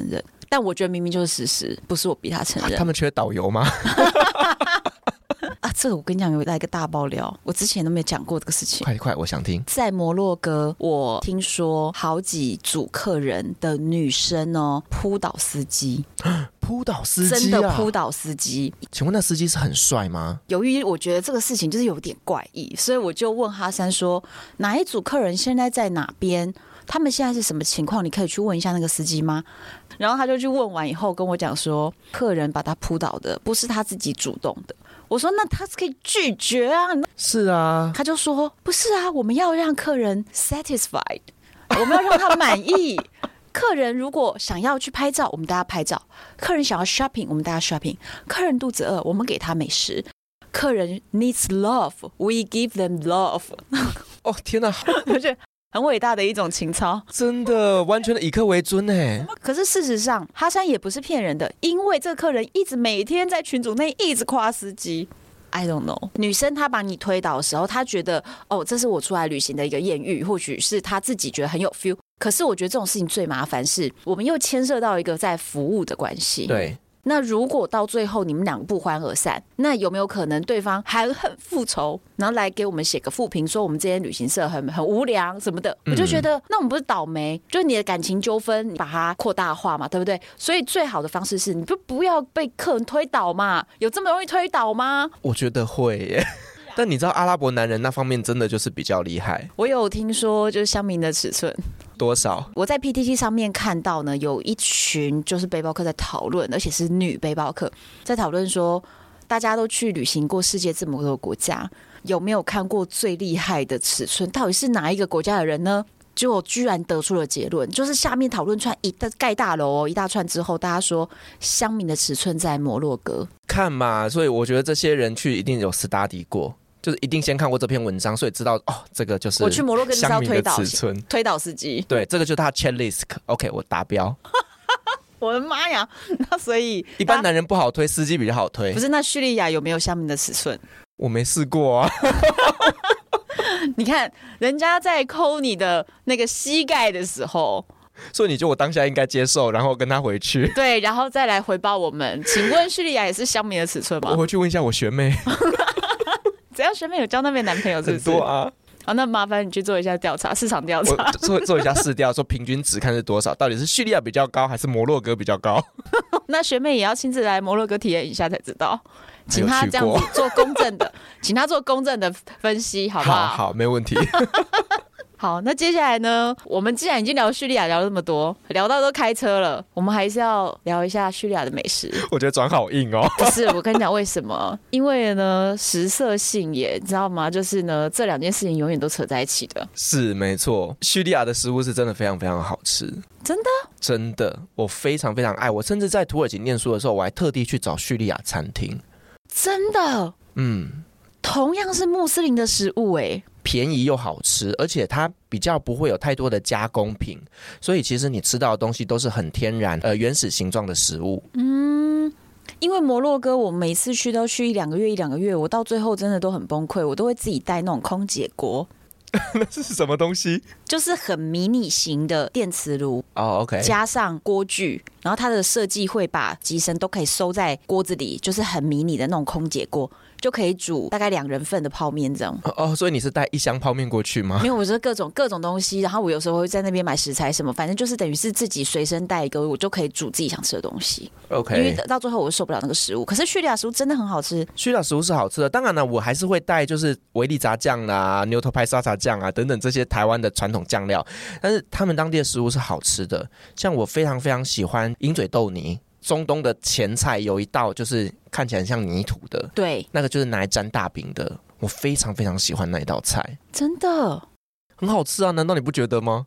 但我觉得明明就是事实，不是我逼他承认。 他们缺导游吗？ 啊，这个我跟你讲，有来一个大爆料，我之前都没有讲过这个事情。 快，我想听。 在摩洛哥，我听说好几组客人的女生哦，扑倒司机， 扑倒司机、啊， 真的扑倒司机。 请问那司机是很帅吗？ 由于我觉得这个事情就是有点怪异，所以我就问哈山说，哪一组客人现在在哪边？他们现在是什么情况？你可以去问一下那个司机吗？然后他就去问完以后跟我讲说，客人把他扑倒的，不是他自己主动的。我说那他是可以拒绝啊。 是啊， 他就说不是啊，我们要让客人 satisfied， 我们要让他满意。客人如果想要去拍照，我们带他拍照；客人想要 shopping， 我们带他 shopping；客人肚子饿，我们给他美食；客人 needs love，we give them love。 哦天哪， 我觉得很伟大的一种情操， 真的完全的以客为尊哎。 可是事实上，哈山也不是骗人的，因为这个客人一直每天在群组内一直夸司机。I don't know， 女生她把你推倒的时候，她觉得哦，这是我出来旅行的一个艳遇，或许是她自己觉得很有 feel。可是我觉得这种事情最麻烦是，我们又牵涉到一个在服务的关系。 对。 那如果到最后你们两个不欢而散，那有没有可能对方还很复仇，然后来给我们写个负评，说我们这间旅行社很无良什么的？我就觉得，那我们不是倒霉，就是你的感情纠纷，你把它扩大化嘛，对不对？所以最好的方式是，你不要被客人推倒嘛，有这么容易推倒吗？ 我觉得会耶。但你知道阿拉伯男人那方面真的就是比较厉害。 我有听说就是乡民的尺寸多少？ 我在 PTT 上面看到呢，有一群就是背包客在讨论，而且是女背包客在讨论说，大家都去旅行过世界这么多个国家，有没有看过最厉害的尺寸？到底是哪一个国家的人呢？结果居然得出了结论，就是下面讨论串一盖大楼哦，一大串之后，大家说乡民的尺寸在摩洛哥。 看嘛，所以我觉得这些人去一定有 study 过。就是一定先看过这篇文章，所以知道哦，这个就是我去摩洛哥就是要推倒司机， 对，这个就是他 checklist。OK， 我达标。 我的妈呀！那所以一般男人不好推，司机比较好推。 不是？那叙利亚有没有乡民的尺寸？ 我没试过啊。 你看人家在抠你的那个膝盖的时候。 所以你觉得我当下应该接受，然后跟他回去？ 对，然后再来回报我们。请问叙利亚也是乡民的尺寸吗？ 我回去问一下我学妹。 怎样学妹有交那边男朋友是不是？ 很多啊。 好，那麻烦你去做一下调查，市场调查， 做一下市调，说平均值看是多少，到底是叙利亚比较高还是摩洛哥比较高？ 那学妹也要亲自来摩洛哥体验一下才知道，请她这样子做公正的，请她做公正的分析，好不好？ 好，没问题。 好，那接下来呢？我们既然已经聊叙利亚聊了那么多，聊到都开车了，我们还是要聊一下叙利亚的美食。 我觉得转好硬哦。 不是，我跟你讲为什么？因为呢，食色性也，你知道吗？就是呢，这两件事情永远都扯在一起的。 是没错，叙利亚的食物是真的非常非常好吃。 真的？ 真的，我非常非常爱。我甚至在土耳其念书的时候，我还特地去找叙利亚餐厅。 真的？同样是穆斯林的食物便宜又好吃，而且它比较不会有太多的加工品，所以其实你吃到的东西都是很天然原始形状的食物。 因为摩洛哥我每次去都去一两个月，我到最后真的都很崩溃，我都会自己带那种空姐锅。 那是什么东西？ 就是很迷你型的电磁炉 OK， 加上锅具，然后它的设计会把机身都可以收在锅子里，就是很迷你的那种空姐锅，就可以煮大概2人份的泡面这样。 所以你是带1箱泡面过去吗？ 没有，我是各种东西，然后我有时候会在那边买食材什么，反正就是等于是自己随身带一个，我就可以煮自己想吃的东西。 OK， 因为到最后我受不了那个食物，可是叙利亚食物真的很好吃。 叙利亚食物是好吃的，当然呢，我还是会带就是维力炸酱啦、牛头牌沙茶酱啊等等这些台湾的传统酱料，但是他们当地的食物是好吃的。像我非常非常喜欢鹰嘴豆泥。中东的前菜有一道就是看起来像泥土的， 对， 那个就是拿来沾大饼的，我非常非常喜欢那一道菜， 真的很好吃啊，难道你不觉得吗？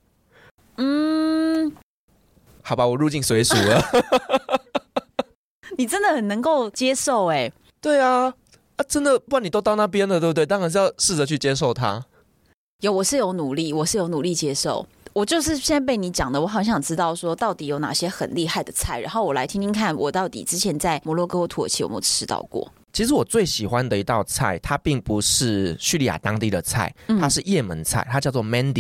好吧，我入境随俗了。 你真的很能够接受对啊，真的，不然你都到那边了，对不对？当然是要试着去接受它。 我是有努力接受。我就是现在被你讲的，我好想知道说到底有哪些很厉害的菜，然后我来听听看，我到底之前在摩洛哥或土耳其有没有吃到过。 其实我最喜欢的一道菜，它并不是叙利亚当地的菜，它是也门菜，它叫做 Mandi。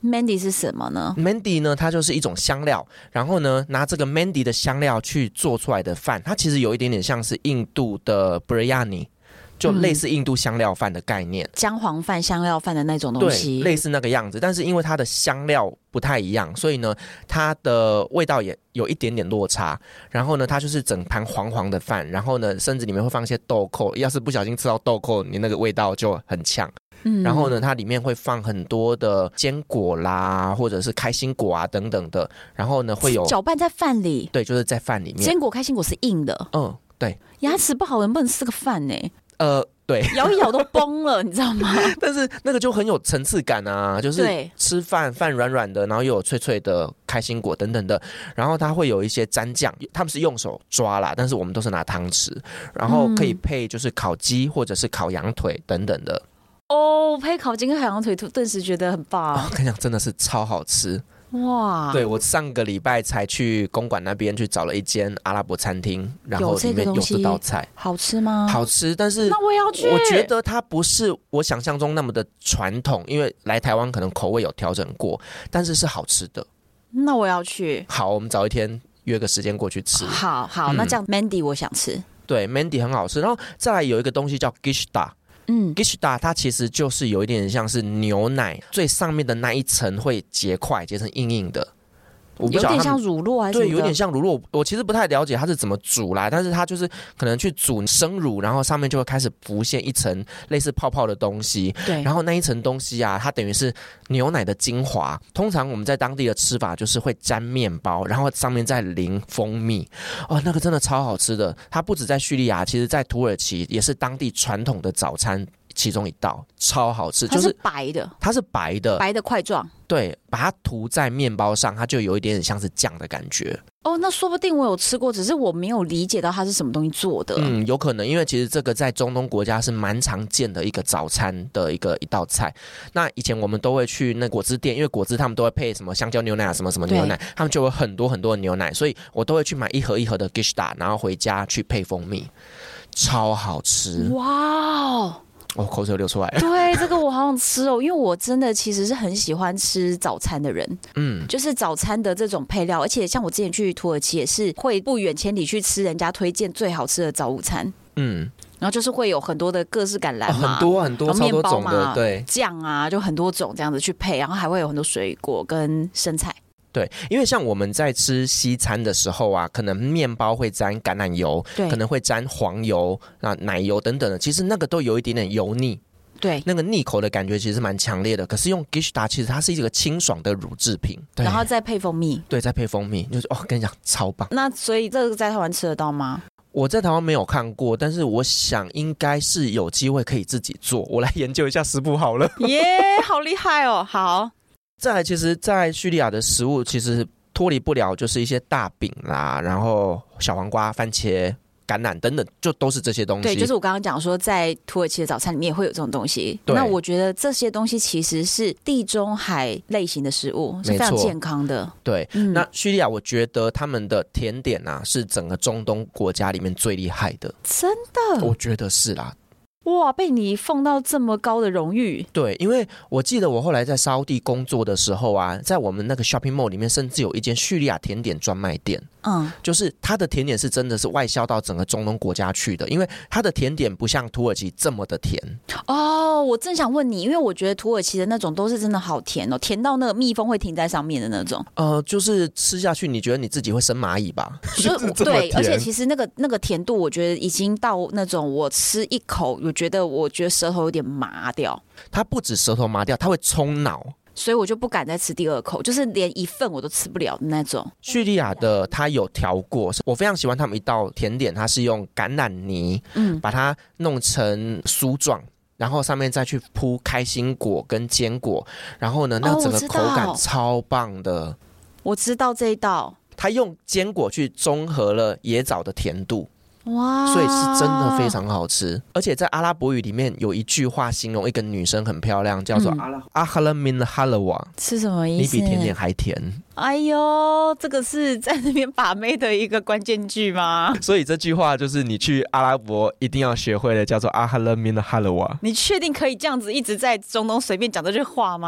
Mandy 是什么呢？ Mandy 呢，它就是一种香料，然后呢，拿这个 Mandy 的香料去做出来的饭，它其实有一点点像是印度的 Biryani， 就类似印度香料饭的概念， 姜黄饭、香料饭的那种东西， 对，类似那个样子。但是因为它的香料不太一样，所以呢，它的味道也有一点点落差。然后呢，它就是整盘黄黄的饭，然后呢，甚至里面会放一些豆蔻，要是不小心吃到豆蔻，你那个味道就很呛。然后呢，它里面会放很多的坚果啦，或者是开心果啊等等的。然后呢，会有搅拌在饭里， 对，就是在饭里面。 坚果、开心果是硬的， 对。 牙齿不好的人不能吃个饭呢。 对， 咬一咬都崩了，你知道吗？ 但是那个就很有层次感啊，就是吃饭软软的，然后又有脆脆的开心果等等的，然后它会有一些蘸酱，他们是用手抓啦，但是我们都是拿汤匙，然后可以配就是烤鸡或者是烤羊腿等等的。 配烤鸡跟烤羊腿，顿时觉得很棒。 我跟你讲，真的是超好吃。 哇！ 对，我上个礼拜才去公馆那边去找了一间阿拉伯餐厅，然后里面有这道菜， 好吃吗？ 好吃，但是那我也要去。 我觉得它不是我想象中那么的传统，因为来台湾可能口味有调整过，但是是好吃的。 那我要去。 好，我们找一天约个时间过去吃。 好，那这样 Mandy 我想吃。 对 ，Mandy 很好吃，然后再来有一个东西叫 Gishta。Gishta 它其实就是有一点像是牛奶最上面的那一层会结块，结成硬硬的。 有点像乳酪还是什么的？ 对，有点像乳酪。我其实不太了解它是怎么煮啦，但是它就是可能去煮生乳，然后上面就会开始浮现一层类似泡泡的东西。 对， 然后那一层东西啊，它等于是牛奶的精华。通常我们在当地的吃法就是会沾面包，然后上面再淋蜂蜜。那个真的超好吃的。它不止在叙利亚，其实在土耳其也是当地传统的早餐其中一道，超好吃。 它是白的， 它是白的， 白的块状。 对，把它涂在面包上，它就有一点像是酱的感觉。 那说不定我有吃过，只是我没有理解到它是什么东西做的。 有可能，因为其实这个在中东国家是蛮常见的一个早餐的一道菜。那以前我们都会去那果汁店，因为果汁他们都会配什么香蕉牛奶啊，什么什么牛奶，他们就有很多很多的牛奶，所以我都会去买一盒一盒的 Gishta， 然后回家去配蜂蜜，超好吃。 哇哦！ 口水流出来了。 对，这个我好想吃因为我真的其实是很喜欢吃早餐的人。就是早餐的这种配料，而且像我之前去土耳其也是会不远千里去吃人家推荐最好吃的早午餐。然后就是会有很多的各式橄榄嘛， 很多很多超多种的，对， 酱啊就很多种这样子去配，然后还会有很多水果跟生菜。 对，因为像我们在吃西餐的时候啊，可能面包会沾橄榄油，可能会沾黄油、奶油等等的，其实那个都有一点点油腻。 对， 那个腻口的感觉其实蛮强烈的。可是用 Gishta 其实它是一个清爽的乳制品， 然后再配蜂蜜。 对，再配蜂蜜，就是跟你讲超棒。 那所以这个在台湾吃得到吗？ 我在台湾没有看过，但是我想应该是有机会可以自己做。我来研究一下食谱好了。 好厉害哦！好。 再来，其实在叙利亚的食物其实脱离不了就是一些大饼啦，然后小黄瓜、番茄、橄榄等等，就都是这些东西。 对，就是我刚刚讲说在土耳其的早餐里面也会有这种东西。那我觉得这些东西其实是地中海类型的食物，是非常健康的。 对，那叙利亚我觉得他们的甜点啊是整个中东国家里面最厉害的。 真的？ 我觉得是啦。 哇，被你奉到这么高的荣誉。 对，因为我记得我后来在沙烏地工作的时候啊，在我们那个 shopping mall 里面甚至有一间叙利亚甜点专卖店。就是它的甜点是真的是外销到整个中东国家去的，因为它的甜点不像土耳其这么的甜。 我正想问你，因为我觉得土耳其的那种都是真的好甜哦，甜到那个蜜蜂会停在上面的那种。 就是吃下去你觉得你自己会生蚂蚁吧？ 对，而且其实那个甜度我觉得已经到那种我吃一口我觉得舌头有点麻掉。 它不止舌头麻掉，它会冲脑， 所以我就不敢再吃第二口，就是连一份我都吃不了的那种。 叙利亚的它有调过，我非常喜欢他们一道甜点，它是用橄榄泥，把它弄成酥状，然后上面再去铺开心果跟坚果，然后呢，那整个口感超棒的。 我知道这一道， 它用坚果去中和了椰枣的甜度。 哇， 所以是真的非常好吃。而且在阿拉伯语里面有一句话形容一个女生很漂亮，叫做阿哈拉min halawa， 是什么意思？ 你比甜点还甜。 哎呦，这个是在那边把妹的一个关键句吗？ 所以这句话就是你去阿拉伯一定要学会的，叫做阿哈拉min halawa。 你确定可以这样子一直在中东随便讲这句话吗？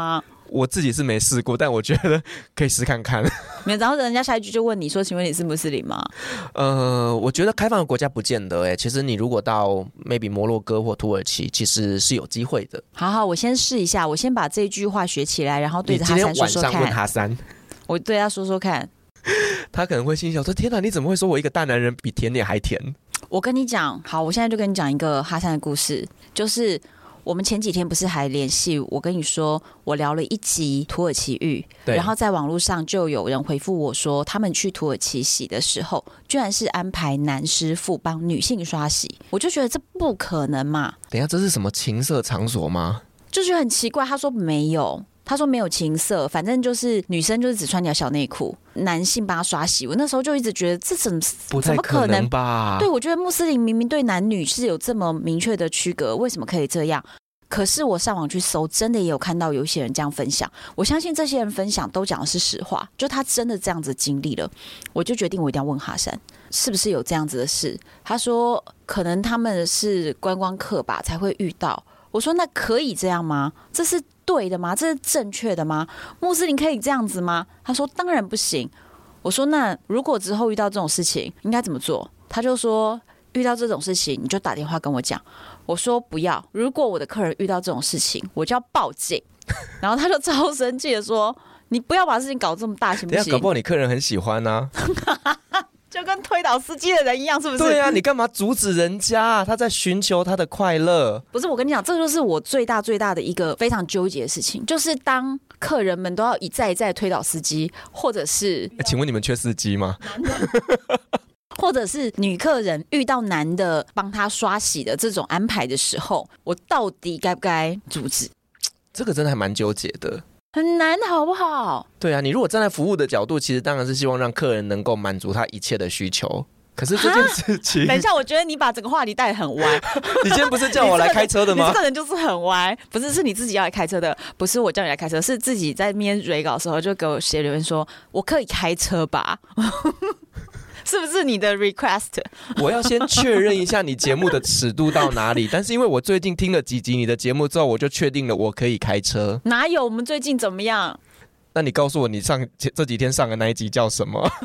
我自己是没试过，但我觉得可以试看看。 然后人家下一句就问你说：“请问你是穆斯林吗？” 我觉得开放的国家不见得其实你如果到 maybe 摩洛哥或土耳其，其实是有机会的。 好，我先试一下，我先把这句话学起来，然后对着哈三说说看。 你今天晚上问哈三， 我对他说说看， 他可能会心想说：“天哪，你怎么会说我一个大男人比甜点还甜？” 我跟你讲，好，我现在就跟你讲一个哈三的故事，就是我们前几天不是还联系我跟你说，我聊了一集土耳其浴，然后在网络上就有人回复我说，他们去土耳其洗的时候，居然是安排男师傅帮女性刷洗，我就觉得这不可能嘛。 等一下，这是什么情色场所吗？ 就觉得很奇怪。他说没有。他说没有情色，反正就是女生就是只穿条小内裤，男性帮他刷洗。我那时候就一直觉得这怎么可能吧？ 对，我觉得穆斯林明明对男女是有这么明确的区隔，为什么可以这样？可是我上网去搜，真的也有看到有一些人这样分享。我相信这些人分享都讲的是实话，就他真的这样子经历了。我就决定我一定要问哈山，是不是有这样子的事？他说可能他们是观光客吧，才会遇到。我说那可以这样吗？这是对的吗？这是正确的吗？穆斯林可以这样子吗？他说当然不行。我说那如果之后遇到这种事情应该怎么做？他就说遇到这种事情你就打电话跟我讲。我说不要，如果我的客人遇到这种事情我就要报警。然后他就超生气的说你不要把事情搞这么大行不行？ 搞不好你客人很喜欢啊。 就跟推倒司机的人一样，是不是？ 对啊，你干嘛阻止人家啊？他在寻求他的快乐。 不是，我跟你讲，这就是我最大的一个非常纠结的事情，就是当客人们都要一再一再推倒司机，或者是， 请问你们缺司机吗？ 或者是女客人遇到男的帮她刷洗的这种安排的时候，我到底该不该阻止？ 这个真的还蛮纠结的。 很难，好不好？ 对啊，你如果站在服务的角度，其实当然是希望让客人能够满足他一切的需求。可是这件事情， 等一下，我觉得你把整个话题带得很歪。 你今天不是叫我来开车的吗？ 你这个人就是很歪，不是你自己要来开车的，不是我叫你来开车，是自己在那边蕊稿的时候就给我写留言说，我可以开车吧？是不是你的 request？ 我要先确认一下你节目的尺度到哪里。但是因为我最近听了几集你的节目之后，我就确定了我可以开车。 哪有？我们最近怎么样？ 那你告诉我你这几天上的那一集叫什么？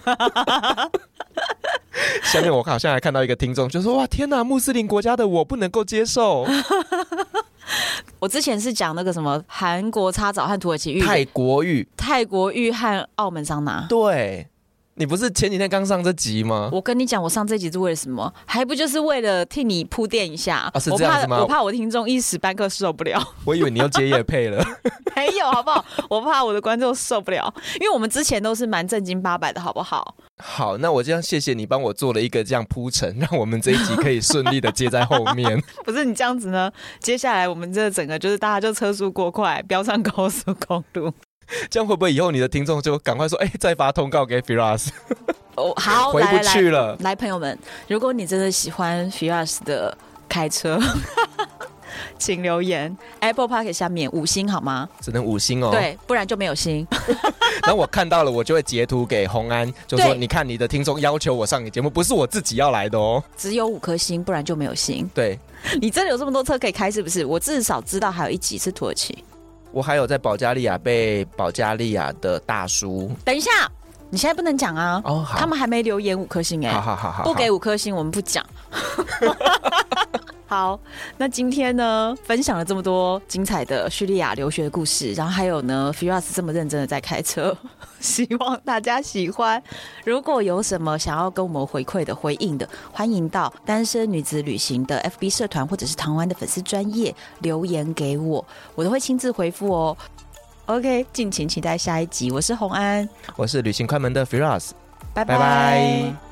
下面我好像还看到一个听众就说，哇天哪，穆斯林国家的我不能够接受。 我之前是讲那个什么韩国擦澡和土耳其浴、 泰国浴和澳门桑拿。 对，你不是前几天刚上这集吗？ 我跟你讲，我上这集是为了什么？还不就是为了替你铺垫一下？ 是这样子吗？ 我怕我听众一时半刻受不了。 我以为你要接业配了。 没有，好不好？我怕我的观众受不了，因为我们之前都是蛮正经八百的，好不好？ 好，那我这样谢谢你帮我做了一个这样铺陈，让我们这一集可以顺利的接在后面。 不是你这样子呢？接下来我们这整个就是大家就车速过快，飙上高速公路。 这样会不会以后你的听众就赶快说，再发通告给 Firas？ 好， 回不去了。 来，朋友们，如果你真的喜欢 Firas 的开车，请留言 Apple Park 下面5星好吗？ 只能5星哦。 对，不然就没有星。 然后我看到了，我就会截图给洪安，就说你看你的听众要求我上你节目，不是我自己要来的哦。 只有5颗星，不然就没有星。 对， 你真的有这么多车可以开是不是？我至少知道还有一集是土耳其。 我还有在保加利亚被保加利亚的大叔。 等一下，你现在不能讲啊！哦，他们还没留言5颗星好， 不给5颗星我们不讲。好，那今天呢，分享了这么多精彩的叙利亚留学的故事，然后还有呢 Firas 这么认真的在开车，希望大家喜欢。如果有什么想要跟我们回馈的回应的，欢迎到单身女子旅行的 FB 社团或者是台湾的粉丝专页留言给我，我都会亲自回复哦。OK， 敬请期待下一集。我是洪安， 我是旅行快门的 Firas， 拜拜。